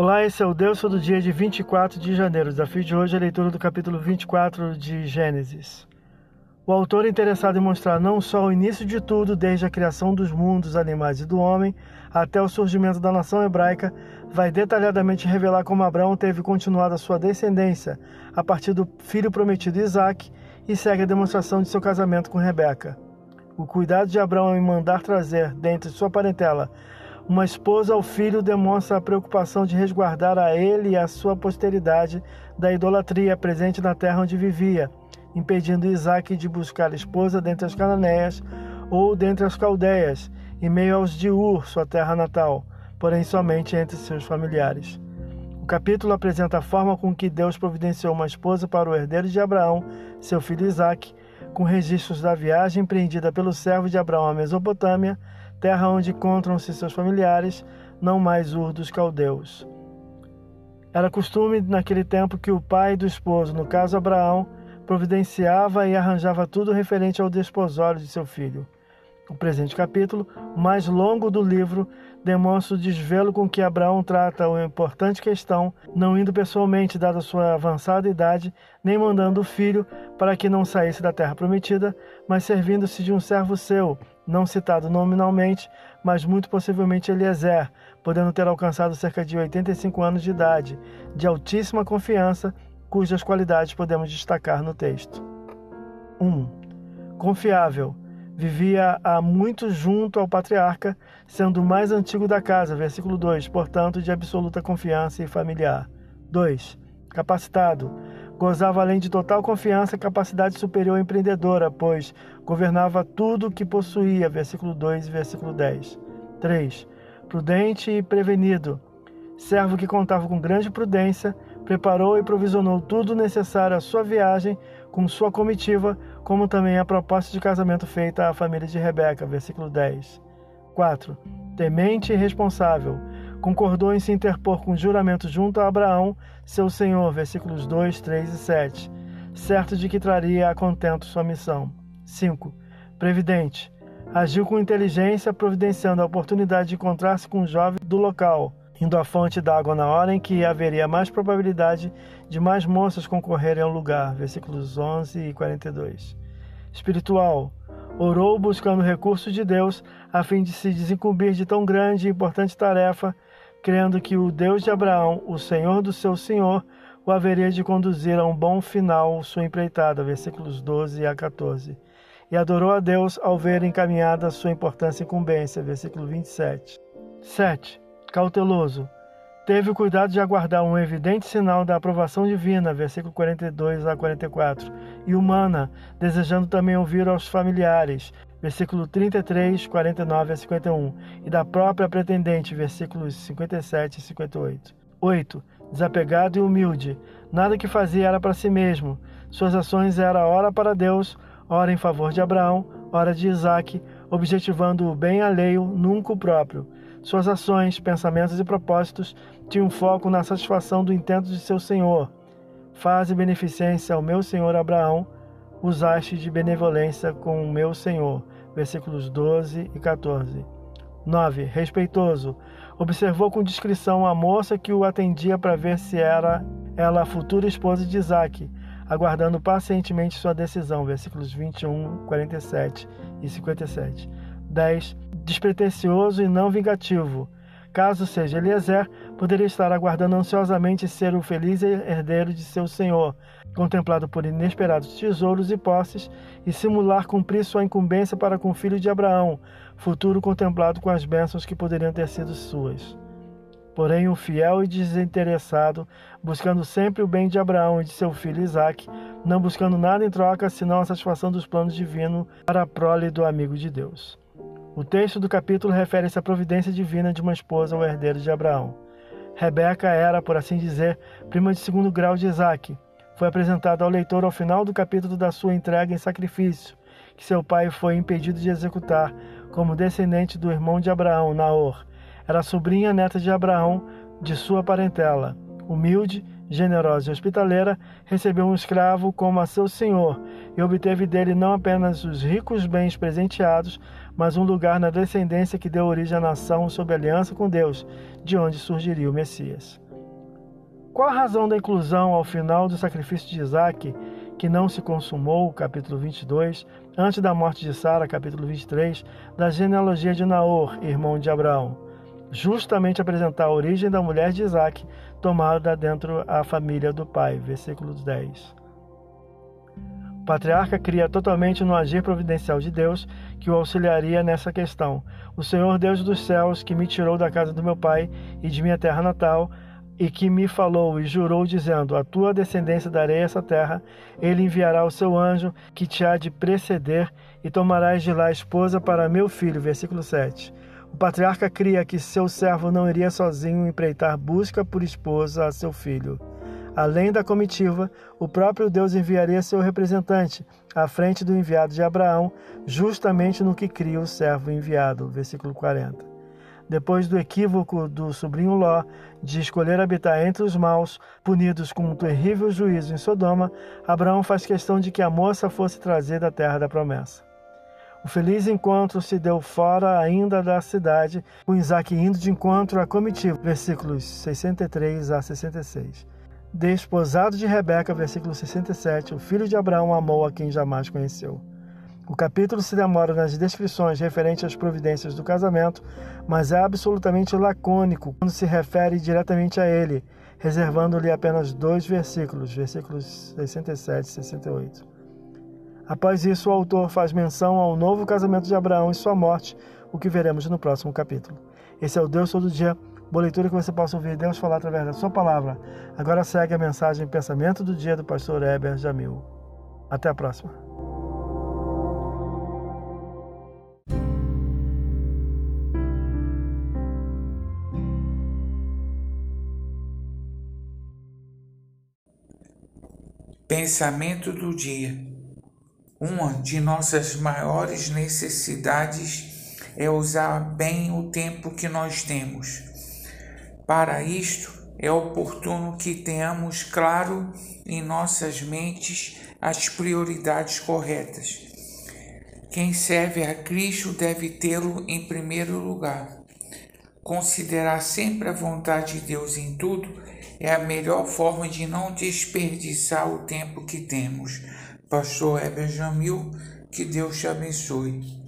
Olá, esse é o Deus Todo Dia de 24 de janeiro. O desafio de hoje é a leitura do capítulo 24 de Gênesis. O autor é interessado em mostrar não só o início de tudo, desde a criação dos mundos, animais e do homem, até o surgimento da nação hebraica, vai detalhadamente revelar como Abraão teve continuado a sua descendência a partir do filho prometido Isaque e segue a demonstração de seu casamento com Rebeca. O cuidado de Abraão em mandar trazer, dentre sua parentela, uma esposa ao filho demonstra a preocupação de resguardar a ele e a sua posteridade da idolatria presente na terra onde vivia, impedindo Isaque de buscar esposa dentre as cananeias ou dentre as caldeias, em meio aos de Ur, sua terra natal, porém somente entre seus familiares. O capítulo apresenta a forma com que Deus providenciou uma esposa para o herdeiro de Abraão, seu filho Isaque, com registros da viagem empreendida pelo servo de Abraão à Mesopotâmia, terra onde encontram-se seus familiares, não mais Ur dos caldeus. Era costume naquele tempo que o pai do esposo, no caso Abraão, providenciava e arranjava tudo referente ao desposório de seu filho. O presente capítulo, o mais longo do livro, demonstra o desvelo com que Abraão trata uma importante questão, não indo pessoalmente, dada sua avançada idade, nem mandando o filho para que não saísse da terra prometida, mas servindo-se de um servo seu, não citado nominalmente, mas muito possivelmente Eliezer, podendo ter alcançado cerca de 85 anos de idade, de altíssima confiança, cujas qualidades podemos destacar no texto. 1. Confiável. Vivia há muito junto ao patriarca, sendo o mais antigo da casa, versículo 2, portanto, de absoluta confiança e familiar. 2. Capacitado. Gozava, além de total confiança, capacidade superior empreendedora, pois governava tudo o que possuía, versículo 2 e versículo 10. 3. Prudente e prevenido. Servo que contava com grande prudência, preparou e provisionou tudo necessário à sua viagem, com sua comitiva, como também a proposta de casamento feita à família de Rebeca, versículo 10. 4. Temente e responsável. Concordou em se interpor com juramento junto a Abraão, seu senhor, versículos 2, 3 e 7, certo de que traria a contento sua missão. 5. Previdente. Agiu com inteligência, providenciando a oportunidade de encontrar-se com um jovem do local, indo à fonte d'água na hora em que haveria mais probabilidade de mais moças concorrerem ao lugar, versículos 11 e 42. Espiritual. Orou buscando o recurso de Deus, a fim de se desincumbir de tão grande e importante tarefa, crendo que o Deus de Abraão, o Senhor do seu Senhor, o haveria de conduzir a um bom final sua empreitada, versículos 12 a 14. E adorou a Deus ao ver encaminhada a sua importante incumbência, versículo 27. 7. Cauteloso. Teve o cuidado de aguardar um evidente sinal da aprovação divina, versículo 42 a 44, e humana, desejando também ouvir aos familiares, versículo 33, 49 a 51, e da própria pretendente, versículos 57 e 58. 8. Desapegado e humilde. Nada que fazia era para si mesmo. Suas ações eram ora para Deus, ora em favor de Abraão, ora de Isaque, objetivando o bem alheio, nunca o próprio. Suas ações, pensamentos e propósitos tinham foco na satisfação do intento de seu senhor. Faze beneficência ao meu senhor Abraão, usaste de benevolência com o meu senhor. Versículos 12 e 14. 9. Respeitoso. Observou com discrição a moça que o atendia para ver se era ela a futura esposa de Isaque, aguardando pacientemente sua decisão. Versículos 21, 47 e 57. 10. Despretensioso e não vingativo. Caso seja Eliezer, poderia estar aguardando ansiosamente ser o feliz herdeiro de seu senhor, contemplado por inesperados tesouros e posses, e simular cumprir sua incumbência para com o filho de Abraão, futuro contemplado com as bênçãos que poderiam ter sido suas. Porém, o fiel e desinteressado, buscando sempre o bem de Abraão e de seu filho Isaque, não buscando nada em troca, senão a satisfação dos planos divinos para a prole do amigo de Deus. O texto do capítulo refere-se à providência divina de uma esposa ao herdeiro de Abraão. Rebeca era, por assim dizer, prima de segundo grau de Isaque. Foi apresentada ao leitor ao final do capítulo da sua entrega em sacrifício, que seu pai foi impedido de executar, como descendente do irmão de Abraão, Naor. Era sobrinha neta de Abraão, de sua parentela. Humilde, generosa e hospitaleira, recebeu um escravo como a seu senhor e obteve dele não apenas os ricos bens presenteados, mas um lugar na descendência que deu origem à nação sob aliança com Deus, de onde surgiria o Messias. Qual a razão da inclusão ao final do sacrifício de Isaque, que não se consumou, capítulo 22, antes da morte de Sara, capítulo 23, da genealogia de Naor, irmão de Abraão? Justamente apresentar a origem da mulher de Isaque, tomada dentro da família do pai, versículo 10. O patriarca cria totalmente no agir providencial de Deus, que o auxiliaria nessa questão. O Senhor Deus dos céus, que me tirou da casa do meu pai e de minha terra natal, e que me falou e jurou, dizendo: a tua descendência darei essa terra, ele enviará o seu anjo, que te há de preceder, e tomarás de lá esposa para meu filho. Versículo 7. O patriarca cria que seu servo não iria sozinho empreitar busca por esposa a seu filho. Além da comitiva, o próprio Deus enviaria seu representante, à frente do enviado de Abraão, justamente no que cria o servo enviado. Versículo 40. Depois do equívoco do sobrinho Ló de escolher habitar entre os maus, punidos com um terrível juízo em Sodoma, Abraão faz questão de que a moça fosse trazida à terra da promessa. O feliz encontro se deu fora ainda da cidade, com Isaque indo de encontro à comitiva, versículos 63 a 66. Desposado de Rebeca, versículo 67, o filho de Abraão amou a quem jamais conheceu. O capítulo se demora nas descrições referentes às providências do casamento, mas é absolutamente lacônico quando se refere diretamente a ele, reservando-lhe apenas 2 versículos, versículos 67 e 68. Após isso, o autor faz menção ao novo casamento de Abraão e sua morte, o que veremos no próximo capítulo. Esse é o Deus Todo Dia, boa leitura que você possa ouvir Deus falar através da sua palavra. Agora segue a mensagem Pensamento do Dia do pastor Heber Jamil. Até a próxima. Pensamento do dia. Uma de nossas maiores necessidades é usar bem o tempo que nós temos. Para isto, é oportuno que tenhamos claro em nossas mentes as prioridades corretas. Quem serve a Cristo deve tê-lo em primeiro lugar. Considerar sempre a vontade de Deus em tudo é a melhor forma de não desperdiçar o tempo que temos. Pastor Heber Jamil, que Deus te abençoe.